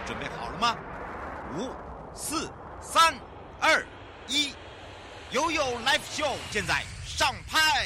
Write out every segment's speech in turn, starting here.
准备好了吗？5、4、3、2、1，悠悠 Live Show 现在上拍。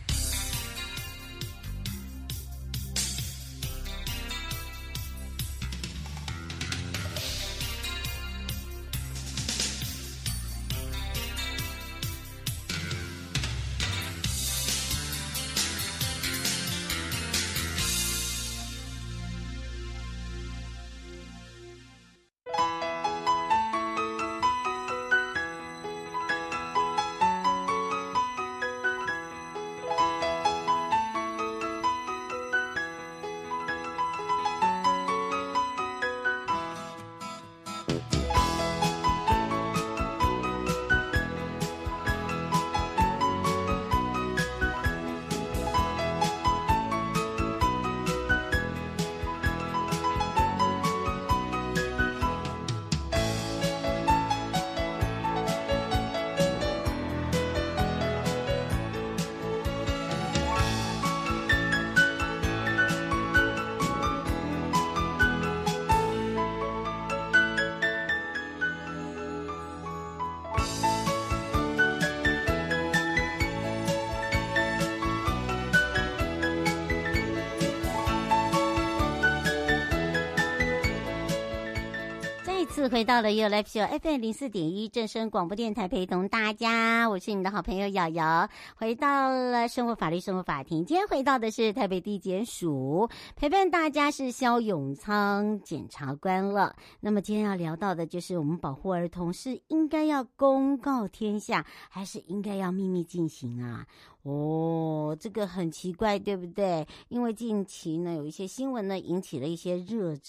回到了悠 Live Show FM 04.1正声广播电台，陪同大家，我是你的好朋友瑶瑶。回到了生活法律生活法庭，今天回到的是台北地检署，陪伴大家是萧永昌检察官了。那么今天要聊到的就是我们保护儿童是应该要公告天下，还是应该要秘密进行啊？这个很奇怪，对不对？因为近期呢，有一些新闻呢引起了一些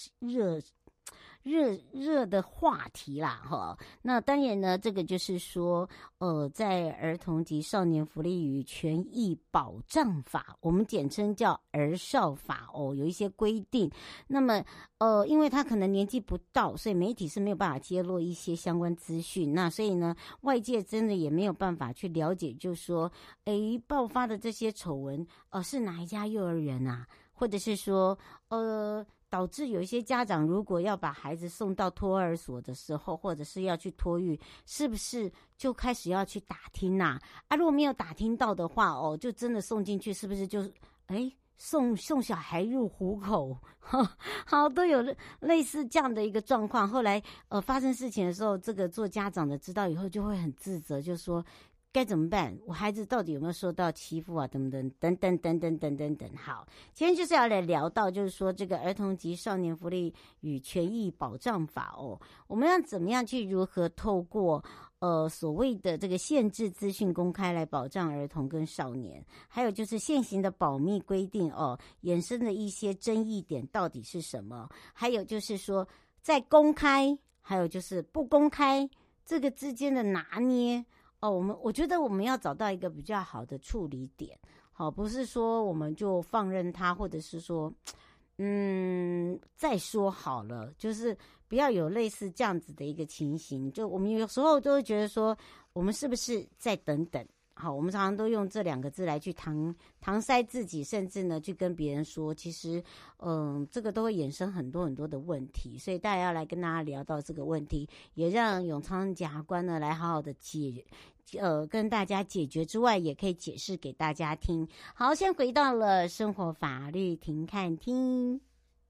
热的话题啦，哈。那当然呢，这个就是说，在儿童及少年福利与权益保障法，我们简称叫儿少法有一些规定。那么，因为他可能年纪不到，所以媒体是没有办法揭露一些相关资讯。那所以呢，外界真的也没有办法去了解，就是说，爆发的这些丑闻，是哪一家幼儿园啊？或者是说，导致有一些家长如果要把孩子送到托儿所的时候，或者是要去托育，是不是就开始要去打听啊？如果没有打听到的话，就真的送进去，是不是就送小孩入虎口？好，都有类似这样的一个状况。后来发生事情的时候，这个做家长的知道以后就会很自责，就说该怎么办？我孩子到底有没有受到欺负啊？等等。好，今天就是要来聊到，就是说这个儿童及少年福利与权益保障法我们要怎么样去如何透过所谓的这个限制资讯公开来保障儿童跟少年，还有就是现行的保密规定衍生的一些争议点到底是什么？还有就是说在公开，还有就是不公开这个之间的拿捏。我觉得我们要找到一个比较好的处理点，好，不是说我们就放任他，或者是说，再说好了，就是不要有类似这样子的一个情形。就我们有时候都会觉得说，我们是不是再等等？好，我们常常都用这2个字来去搪塞自己，甚至呢去跟别人说，其实这个都会衍生很多很多的问题，所以大家要来跟大家聊到这个问题，也让永昌检察官呢来好好的跟大家解决之外，也可以解释给大家听。好，先回到了生活法律庭看厅。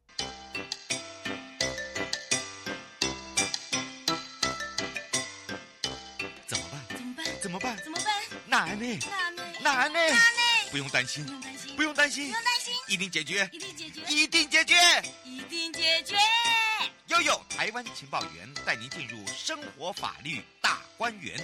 怎么办？难呢？不用担心，一定解决。悠悠台湾情报员带您进入生活法律大观园。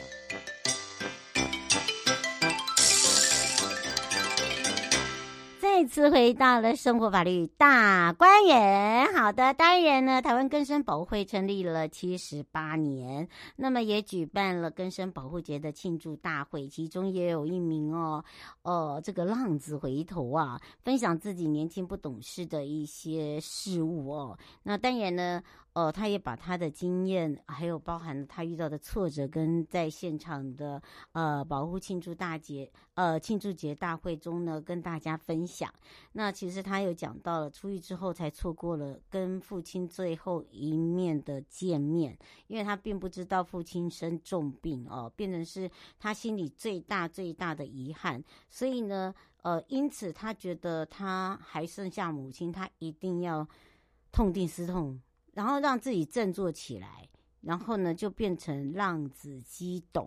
再次回到了生活法律大观园。好的，当然呢，台湾更生保护会成立了78年，那么也举办了更生保护节的庆祝大会，其中也有一名这个浪子回头啊，分享自己年轻不懂事的一些事物那当然呢，他也把他的经验，还有包含他遇到的挫折，跟在现场的保护庆祝节大会中呢，跟大家分享。 享。那其实他有讲到了出狱之后才错过了跟父亲最后一面的见面，因为他并不知道父亲生重病哦，变成是他心里最大最大的遗憾。所以呢因此他觉得他还剩下母亲，他一定要痛定思痛，然后让自己振作起来，然后呢就变成浪子鸡董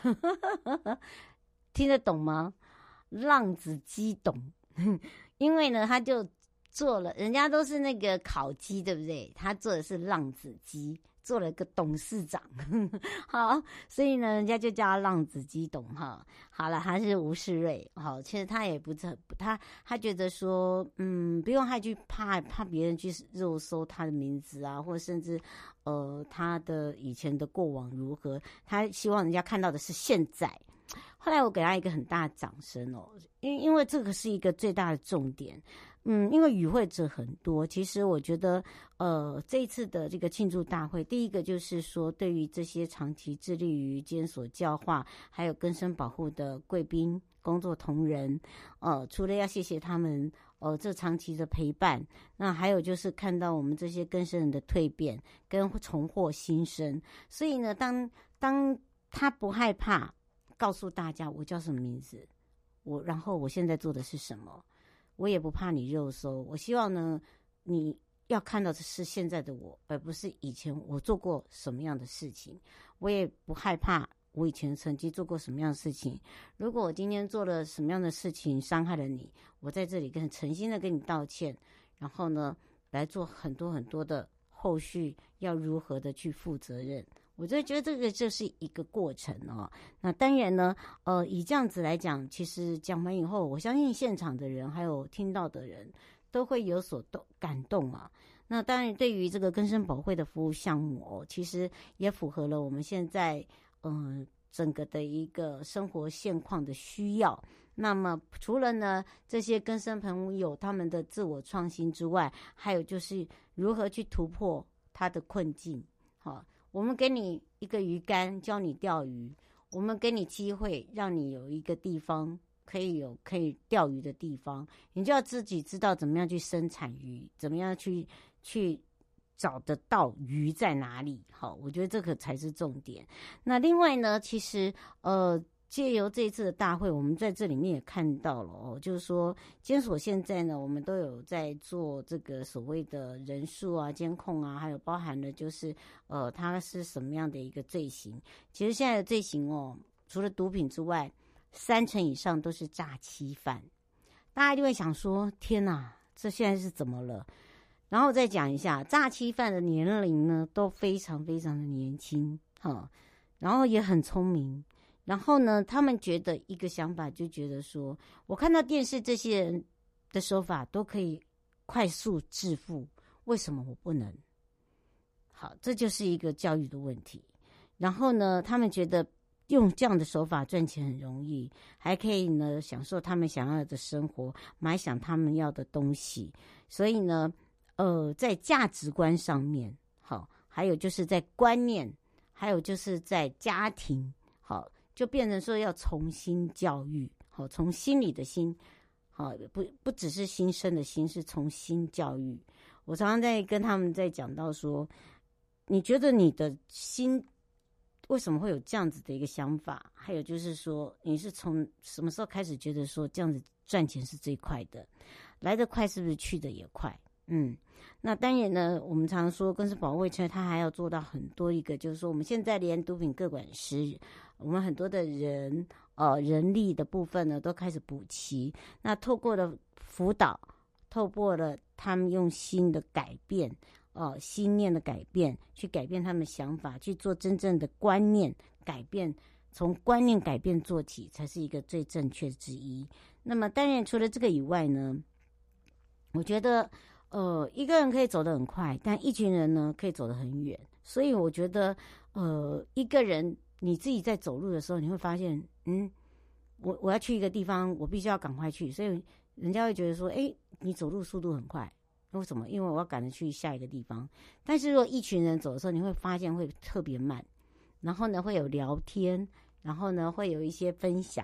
听得懂吗？浪子鸡董因为呢他就做了，人家都是那个烤鸡对不对，他做的是浪子鸡，做了个董事长好，所以呢人家就叫他浪子鸡董哈。好了，他是吴世瑞，好，其实他也不是他觉得说不用害去怕别人去肉搜他的名字啊，或者甚至他的以前的过往如何，他希望人家看到的是现在。后来我给他一个很大的掌声哦，因为这个是一个最大的重点。因为与会者很多，其实我觉得这一次的这个庆祝大会，第一个就是说对于这些长期致力于监所教化还有更生保护的贵宾工作同仁，除了要谢谢他们这长期的陪伴，那还有就是看到我们这些更生人的蜕变跟重获新生。所以呢当他不害怕告诉大家我叫什么名字，然后我现在做的是什么，我也不怕你肉搜。我希望呢你要看到的是现在的我，而不是以前我做过什么样的事情。我也不害怕我以前曾经做过什么样的事情。如果我今天做了什么样的事情伤害了你，我在这里很诚心的跟你道歉，然后呢来做很多很多的后续要如何的去负责任。我就觉得这个就是一个过程哦。那当然呢以这样子来讲，其实讲完以后，我相信现场的人还有听到的人都会有所感动啊。那当然对于这个更生保会的服务项目其实也符合了我们现在整个的一个生活现况的需要。那么除了呢这些更生朋友他们的自我创新之外，还有就是如何去突破他的困境。好，我们给你一个鱼竿教你钓鱼，我们给你机会让你有一个地方可以钓鱼的地方，你就要自己知道怎么样去生产鱼，怎么样去找得到鱼在哪里。好，我觉得这个才是重点。那另外呢，其实借由这一次的大会，我们在这里面也看到了就是说监所现在呢，我们都有在做这个所谓的人数啊、监控啊，还有包含了就是它是什么样的一个罪行。其实现在的罪行除了毒品之外，30%以上都是诈欺犯。大家就会想说，天哪，这现在是怎么了？然后再讲一下，诈欺犯的年龄呢都非常非常的年轻然后也很聪明。然后呢他们觉得一个想法，就觉得说我看到电视这些人的手法都可以快速致富，为什么我不能？好，这就是一个教育的问题。然后呢他们觉得用这样的手法赚钱很容易，还可以呢享受他们想要的生活，买想他们要的东西。所以呢在价值观上面好，还有就是在观念，还有就是在家庭好，就变成说要重新教育。好，从心里的心好，不只是新生的心，是重新教育。我常常在跟他们在讲到说，你觉得你的心为什么会有这样子的一个想法，还有就是说你是从什么时候开始觉得说这样子赚钱是最快的，来得快是不是去得也快？那当然呢我们常说更生保卫车它还要做到很多一个，就是说我们现在连毒品个管师，我们很多的人力的部分呢都开始补齐。那透过了辅导，透过了他们用心的改变心念的改变，去改变他们的想法，去做真正的观念改变，从观念改变做起才是一个最正确之一。那么当然除了这个以外呢，我觉得一个人可以走得很快，但一群人呢可以走得很远。所以我觉得一个人你自己在走路的时候，你会发现我要去一个地方，我必须要赶快去，所以人家会觉得说你走路速度很快，为什么？因为我要赶着去下一个地方。但是如果一群人走的时候，你会发现会特别慢，然后呢会有聊天，然后呢会有一些分享，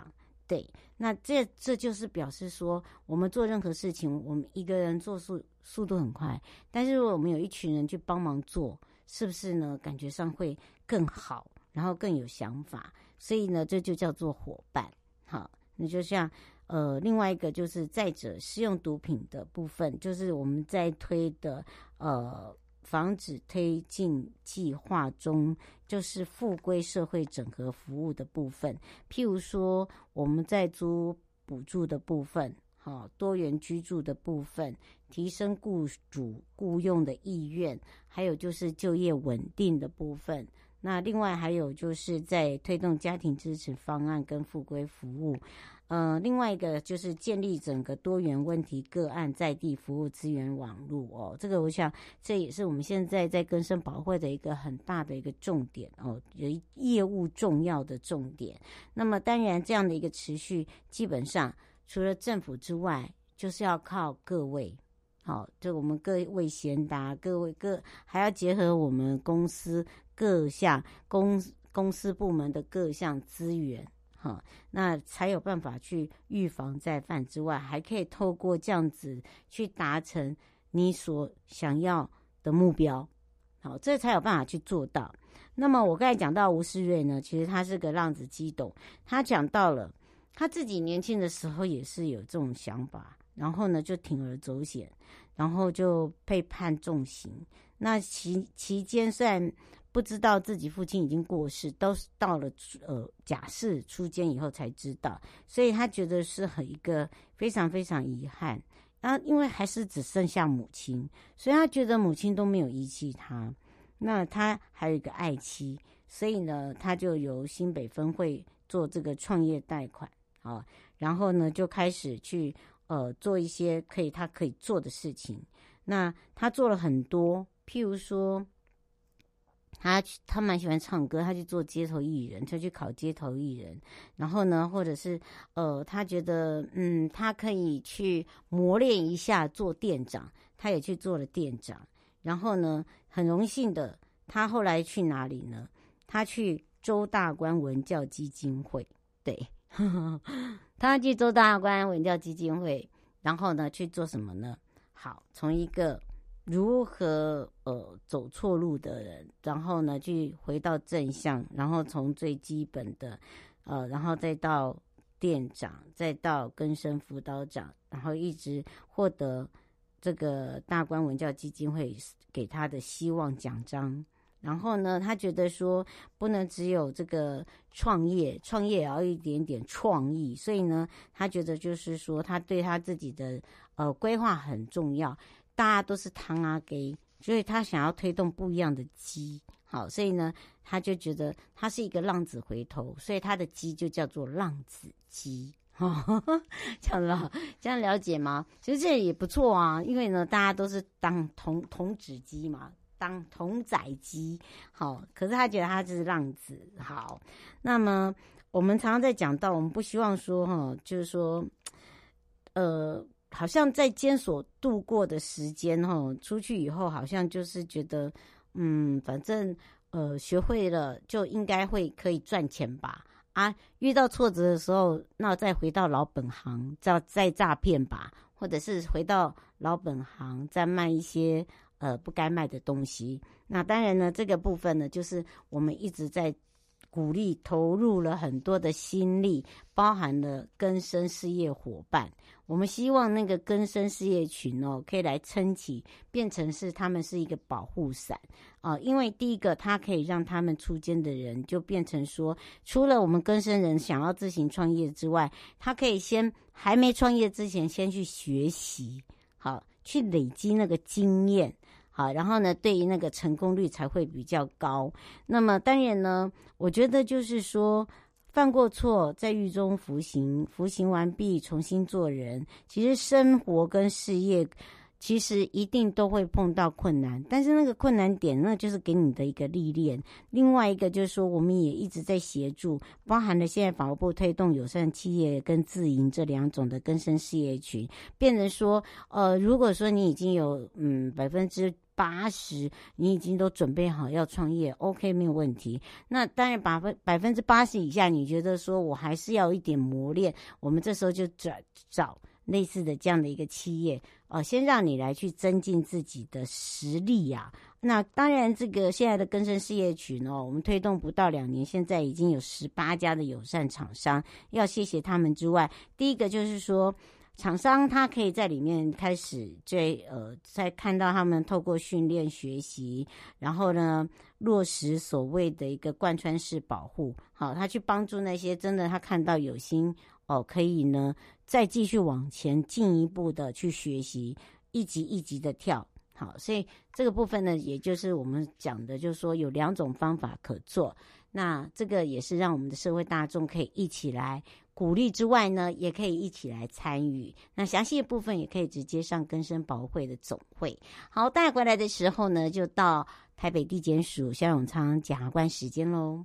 对，那这就是表示说，我们做任何事情，我们一个人做速度很快，但是如果我们有一群人去帮忙做，是不是呢？感觉上会更好，然后更有想法。所以呢，这就叫做伙伴。好，那就像另外一个就是再者适用毒品的部分，就是我们在推的防止推进计划中，就是复归社会整合服务的部分。譬如说，我们在租补助的部分，多元居住的部分，提升雇主雇用的意愿，还有就是就业稳定的部分。那另外还有就是在推动家庭支持方案跟复归服务。另外一个就是建立整个多元问题个案在地服务资源网络哦，这个我想这也是我们现在在更生保会的一个很大的一个重点哦，有业务重要的重点。那么当然这样的一个持续，基本上除了政府之外，就是要靠各位。好，就我们各位贤达，还要结合我们公司各项公司部门的各项资源。好，那才有办法去预防再犯之外，还可以透过这样子去达成你所想要的目标。好，这才有办法去做到。那么我刚才讲到吴世瑞呢，其实他是个浪子鸡斗，他讲到了他自己年轻的时候也是有这种想法，然后呢就铤而走险，然后就被判重刑。那期间虽然不知道自己父亲已经过世，都是到了假释出监以后才知道，所以他觉得是一个非常非常遗憾。因为还是只剩下母亲，所以他觉得母亲都没有遗弃他。那他还有一个爱妻，所以呢，他就由新北分会做这个创业贷款啊，然后呢就开始去做一些他可以做的事情。那他做了很多，譬如说。他蛮喜欢唱歌，他去做街头艺人，他去考街头艺人。然后呢，或者是他觉得他可以去磨练一下做店长，他也去做了店长。然后呢，很荣幸的，他后来去哪里呢？他去周大观文教基金会，对，他去周大观文教基金会，然后呢去做什么呢？好，从一个如何走错路的人，然后呢去回到正向，然后从最基本的然后再到店长，再到更生辅导长，然后一直获得这个大观文教基金会给他的希望奖章。然后呢，他觉得说不能只有这个创业也要一点点创意，所以呢，他觉得就是说他对他自己的规划很重要。大家都是汤啊给，所以他想要推动不一样的鸡。好，所以呢，他就觉得他是一个浪子回头，所以他的鸡就叫做浪子鸡。这样了解吗？其实这也不错啊，因为呢，大家都是当童子鸡嘛，当童仔鸡。好，可是他觉得他是浪子。好，那么我们常常在讲到，我们不希望说就是说，好像在监所度过的时间出去以后好像就是觉得反正学会了就应该可以赚钱吧，遇到挫折的时候那再回到老本行再诈骗吧，或者是回到老本行再卖一些不该卖的东西。那当然呢，这个部分呢就是我们一直在鼓励投入了很多的心力，包含了更生事业伙伴。我们希望那个更生事业群可以来撑起，变成是他们是一个保护伞因为第一个，它可以让他们出监的人就变成说，除了我们更生人想要自行创业之外，他可以先还没创业之前先去学习，好，去累积那个经验。好，然后呢，对于那个成功率才会比较高。那么当然呢，我觉得就是说，犯过错，在狱中服刑，服刑完毕，重新做人。其实生活跟事业，其实一定都会碰到困难，但是那个困难点，那就是给你的一个历练。另外一个就是说，我们也一直在协助，包含了现在法务部推动友善企业跟自营这两种的更生事业群，变成说，如果说你已经有80% 80%，你已经都准备好要创业 ，OK 没有问题。那当然80%以下，你觉得说我还是要一点磨练，我们这时候就找类似的这样的一个企业，先让你来去增进自己的实力啊。那当然，这个现在的更生事业群我们推动不到2年，现在已经有18家的友善厂商，要谢谢他们之外，第一个就是说，厂商他可以在里面开始在看到他们透过训练学习，然后呢落实所谓的一个贯穿式保护，好，他去帮助那些真的他看到有心可以呢再继续往前进一步的去学习，一级一级的跳。好，所以这个部分呢，也就是我们讲的，就是说有2种方法可做。那这个也是让我们的社会大众可以一起来鼓励之外呢，也可以一起来参与。那详细的部分也可以直接上更生保护会的总会。好，带回来的时候呢，就到台北地检署萧永昌检察官时间喽。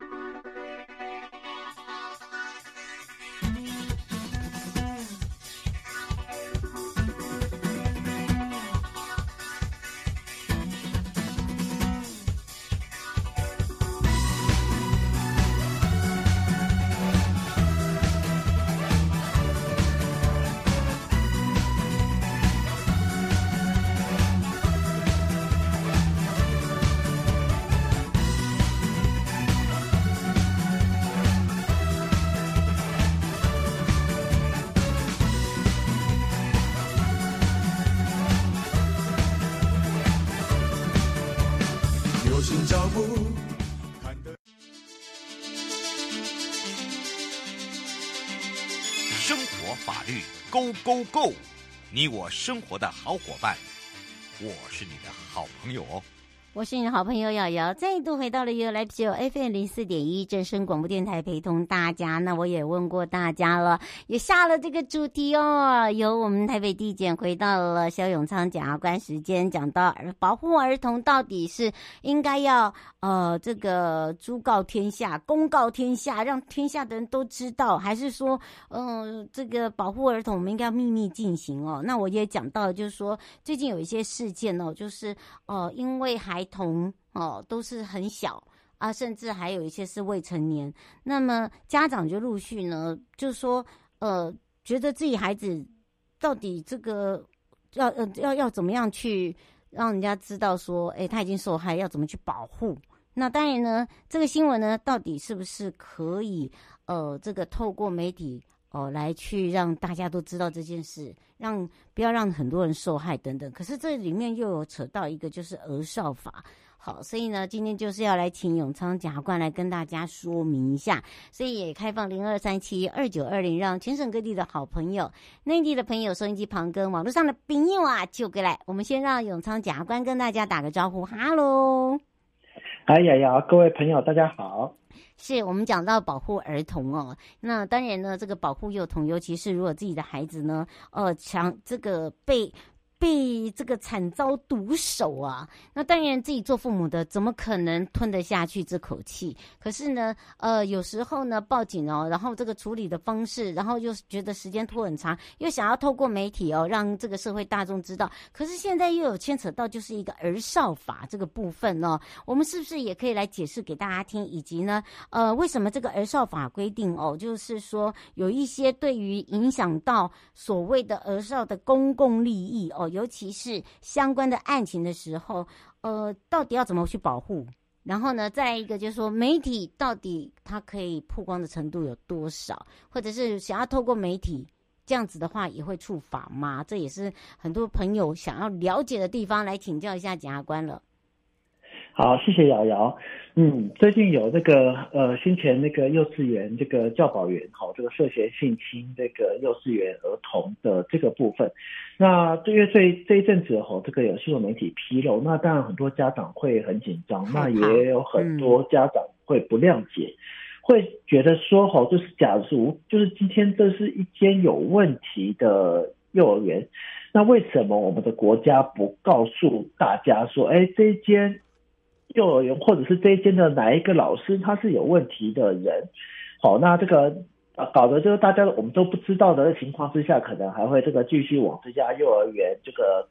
生活法律 Go Go Go， 你我生活的好伙伴，我是你的好朋友我是你的好朋友瑶瑶，再度回到了 You Live Show FM 04.1正声广播电台，陪同大家。那我也问过大家了，也下了这个主题由我们台北地检回到了萧永昌检察官时间，讲到保护儿童到底是应该要这个昭告天下、公告天下，让天下的人都知道，还是说这个保护儿童我们应该要秘密进行那我也讲到，就是说最近有一些事件就是因为孩童都是很小啊，甚至还有一些是未成年，那么家长就陆续呢就说觉得自己孩子到底这个要怎么样去让人家知道说他已经受害，要怎么去保护。那当然呢，这个新闻呢到底是不是可以这个透过媒体来去让大家都知道这件事，不要让很多人受害等等。可是这里面又有扯到一个就是儿少法。好，所以呢，今天就是要来请永昌检察官来跟大家说明一下，所以也开放02372920，让全省各地的好朋友、内地的朋友、收音机旁跟网络上的朋友就过来。我们先让永昌检察官跟大家打个招呼，哈喽。 嗨，瑶瑶，各位朋友，大家好。 是我们讲到保护儿童那当然呢，这个保护幼童，尤其是如果自己的孩子呢，这个被这个惨遭毒手那当然自己做父母的怎么可能吞得下去这口气？可是呢，有时候呢报警然后这个处理的方式，然后又觉得时间拖很长，又想要透过媒体让这个社会大众知道。可是现在又有牵扯到就是一个儿少法这个部分我们是不是也可以来解释给大家听？以及呢，为什么这个儿少法规定就是说有一些对于影响到所谓的儿少的公共利益尤其是相关的案情的时候，到底要怎么去保护？然后呢，再一个就是说，媒体到底它可以曝光的程度有多少，或者是想要透过媒体这样子的话，也会触法吗？这也是很多朋友想要了解的地方，来请教一下检察官了。 好，谢谢瑶瑶。最近有这个先前那个幼稚园这个教保员这个涉嫌性侵这个幼稚园儿童的这个部分，那因为这一阵子这个有新闻媒体披露，那当然很多家长会很紧张，那也有很多家长会不谅解，会觉得说就是假如就是今天这是一间有问题的幼儿园，那为什么我们的国家不告诉大家说这一间幼儿园或者是这一间的哪一个老师他是有问题的人？那这个搞得就是大家我们都不知道的情况之下，可能还会这个继续往这家幼儿园这个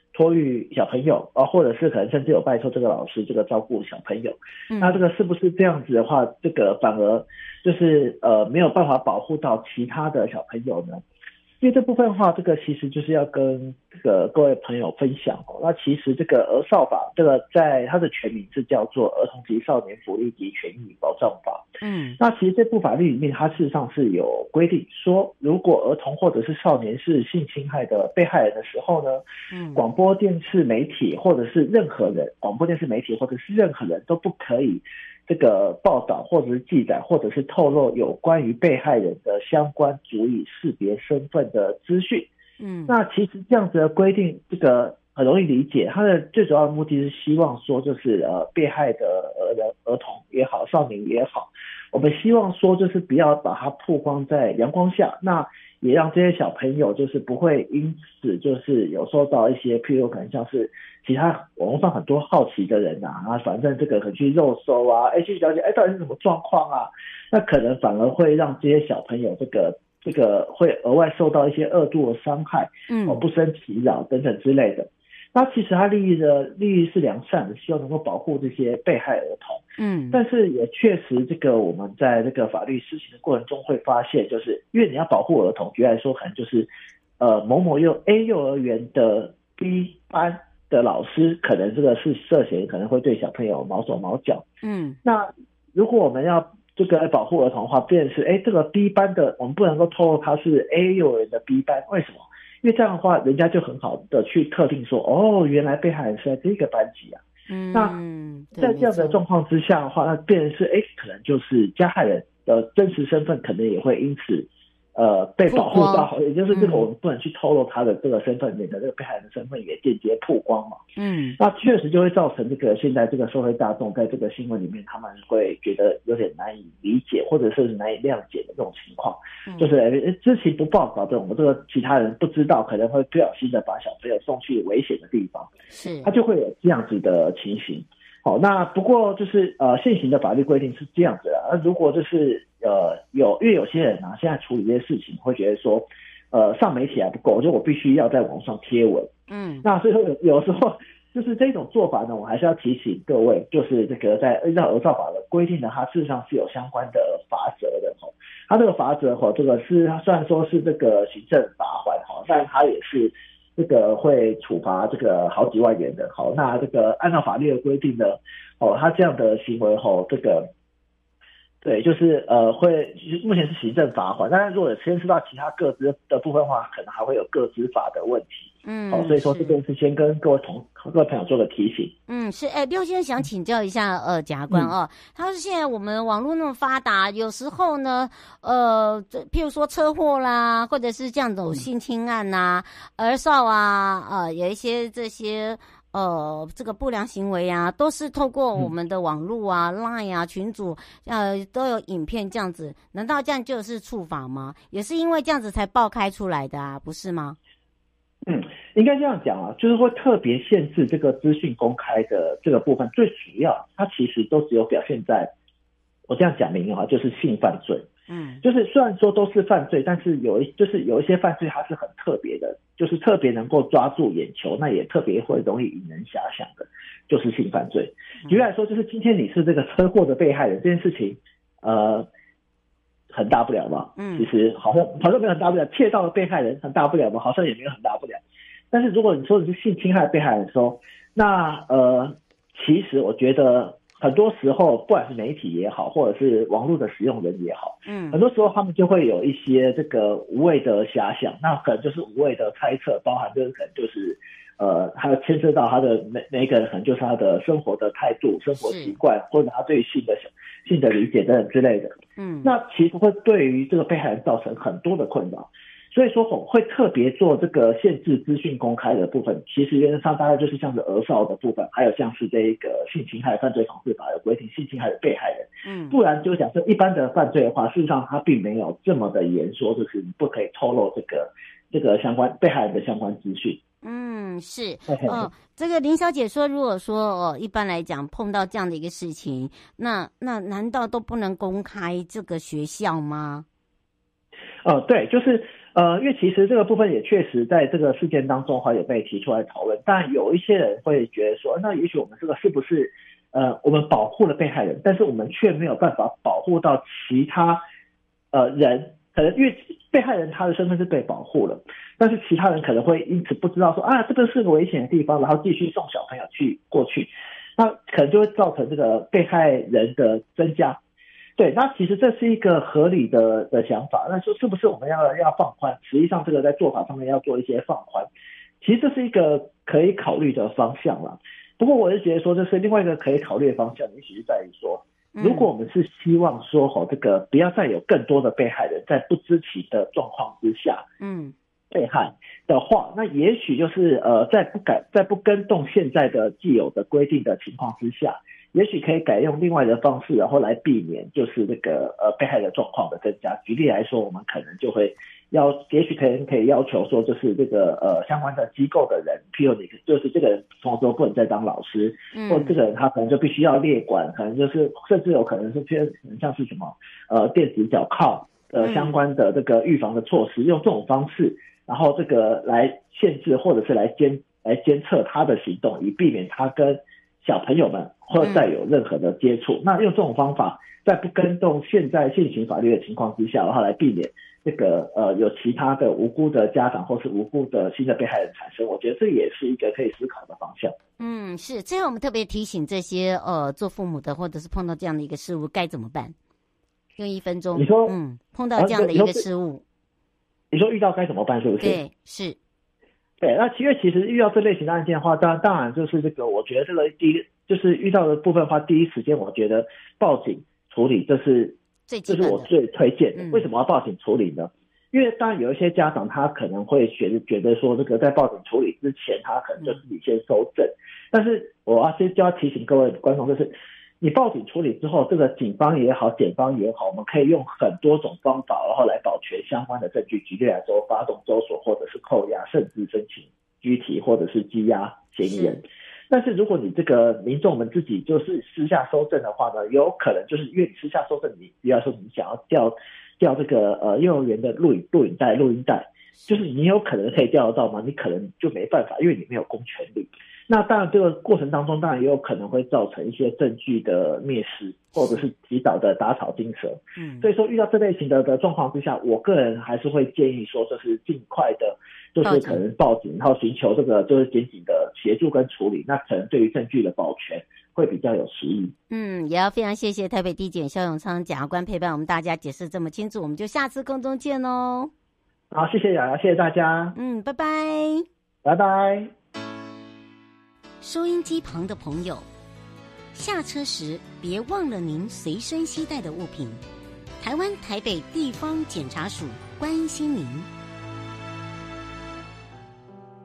托育小朋友啊，或者是可能甚至有拜托这个老师这个照顾小朋友，那这个是不是这样子的话，这个反而就是没有办法保护到其他的小朋友呢？因为这部分的话，这个其实就是要跟这个各位朋友分享哦。那其实这个儿少法，这个在它的全名是叫做《儿童及少年福利及权益保障法》。那其实这部法律里面，它事实上是有规定说，如果儿童或者是少年是性侵害的被害人的时候呢，广播电视媒体或者是任何人，广播电视媒体或者是任何人都不可以这个报道或者是记载或者是透露有关于被害人的相关足以识别身份的资讯。那其实这样子的规定，这个很容易理解，它的最主要的目的是希望说，就是被害的儿童也好，少年也好，我们希望说就是不要把它曝光在阳光下，那也让这些小朋友就是不会因此就是有受到一些，譬如可能像是其他网络上很多好奇的人啊，反正这个可能去肉搜啊，去了解到底是什么状况啊，那可能反而会让这些小朋友这个会额外受到一些恶度的伤害，不胜其扰等等之类的。那其实他利益是良善的，希望能够保护这些被害儿童。但是也确实，这个我们在这个法律施行的过程中会发现，就是因为你要保护儿童，举例来说，可能就是某某A 幼儿园的 B 班的老师，可能这个是涉嫌可能会对小朋友毛手毛脚。那如果我们要这个保护儿童的话，变成是这个 B 班的，我们不能够透露他是 A 幼儿园的 B 班，为什么？因为这样的话，人家就很好的去特定说，原来被害人是在这个班级啊。那在这样的状况之下的话，那变成是可能就是加害人的真实身份可能也会因此被保护到，也就是这个我们不能去透露他的这个身份，免得这个被害人的身份也间接曝光嘛。那确实就会造成这个现在这个社会大众在这个新闻里面，他们会觉得有点难以理解，或者是难以谅解的这种情况，就是知情不报，搞得我们这个其他人不知道，可能会不小心的把小朋友送去危险的地方，他就会有这样子的情形。好，那不过就是现行的法律规定是这样子啦。如果就是因为有些人现在处理这些事情会觉得说上媒体还不够，就我必须要在网上贴文。那所以说有时候就是这种做法呢，我还是要提醒各位，就是这个在按照儿少法的规定呢，它事实上是有相关的罚则的。它这个罚则这个是它虽然说是这个行政罚款但它也是这个会处罚这个好几万元的。好，那这个按照法律的规定呢，他这样的行为这个对，就是会目前是行政罚款，但是如果牵涉到其他个资的部分的话，可能还会有个资法的问题。所以说这边是先跟各位朋友做个提醒。 是廖先生想请教一下检察官他说现在我们网络那么发达，有时候呢譬如说车祸啦，或者是这样种性侵案啊，儿少有一些这些这个不良行为啊，都是透过我们的网络LINE 群组都有影片这样子，难道这样就是触法吗？也是因为这样子才爆开出来的不是吗？ 应该这样讲就是会特别限制这个资讯公开的这个部分，最主要它其实都只有表现在，我这样讲明就是性犯罪。就是虽然说都是犯罪，但是有一些犯罪它是很特别的，就是特别能够抓住眼球，那也特别会容易引人遐想的，就是性犯罪。举例来说，就是今天你是这个车祸的被害人，这件事情很大不了嘛。其实好像没有很大不了，窃盗的被害人很大不了嘛，好像也没有很大不了。但是如果你说你是性侵害被害人的时候，那其实我觉得很多时候不管是媒体也好，或者是网络的使用人也好，很多时候他们就会有一些这个无谓的遐想，那可能就是无谓的猜测，包含就是可能就是还有牵涉到他的每一个人可能就是他的生活的态度、生活习惯，或者他对性的理解等等之类的。那其实会对于这个被害人造成很多的困扰。所以说会特别做这个限制资讯公开的部分，其实原则上大概就是像是儿少的部分，还有像是这个性侵害犯罪防治法有规定性侵害的被害人。不然就假设一般的犯罪的话，事实上它并没有这么的严说，就是你不可以透露这个相关被害人的相关资讯。 是这个林小姐说，如果说一般来讲碰到这样的一个事情，那难道都不能公开这个学校吗？ 对，就是因为其实这个部分也确实在这个事件当中有被提出来讨论，但有一些人会觉得说，那也许我们这个是不是我们保护了被害人，但是我们却没有办法保护到其他人，可能因为被害人他的身份是被保护了，但是其他人可能会因此不知道说这个是个危险的地方，然后继续送小朋友过去，那可能就会造成这个被害人的增加。对，那其实这是一个合理的想法。那说是不是我们要放宽？实际上这个在做法上面要做一些放宽，其实这是一个可以考虑的方向啦。不过我是觉得说，这是另外一个可以考虑的方向，也许是在于说，如果我们是希望说这个不要再有更多的被害人在不知情的状况之下，被害的话，那也许就是在不更动现在的既有的规定的情况之下，也许可以改用另外的方式，然后来避免就是这个被害的状况的增加。举例来说，我们可能就会也许可以要求说，就是这个相关的机构的人，譬如你就是这个人从此后不能再当老师，或者这个人他可能就必须要列管，可能就是甚至有可能是像是什么电子脚铐相关的这个预防的措施，用这种方式，然后这个来限制或者是来监测他的行动，以避免他跟小朋友们或者再有任何的接触。那用这种方法，在不更动现行法律的情况之下，然后来避免这个有其他的无辜的家长或是无辜的新的被害人产生，我觉得这也是一个可以思考的方向。 是。最后我们特别提醒这些做父母的，或者是碰到这样的一个事物该怎么办？用1分钟。 你说碰到这样的一个事物， 你说遇到该怎么办，是不是？ 对，是。 对，那其实遇到这类型的案件的话，当然就是这个，我觉得这个就是遇到的部分的话，第一时间我觉得报警处理，这是我最推荐的。为什么要报警处理呢？因为当然有一些家长他可能会觉得说，这个在报警处理之前，他可能就自己先搜证，但是我就要提醒各位观众，就是你报警处理之后，这个警方也好，检方也好，我们可以用很多种方法，然后来保全相关的证据。举例来说，发动搜索，或者是扣押，甚至申请拘提或者是羁押嫌疑人。但是如果你这个民众们自己就是私下搜证的话呢，有可能就是因为你私下搜证，你比方说你想要调这个幼儿园的录音带，就是你有可能可以调得到吗？你可能就没办法，因为你没有公权力。那当然这个过程当中，当然也有可能会造成一些证据的灭失，或者是提早的打草惊蛇。所以说遇到这类型的状况之下，我个人还是会建议说，就是尽快的就是可能报警，然后寻求这个就是检警的协助跟处理，那可能对于证据的保全会比较有实益。 也要非常谢谢台北地检萧永昌检察官陪伴我们大家解释这么清楚，我们就下次空中见哦。 好，谢谢雅雅，谢谢大家。 拜拜。 拜拜。 收音机旁的朋友，下车时别忘了您随身携带的物品。台湾台北地方检察署关心您。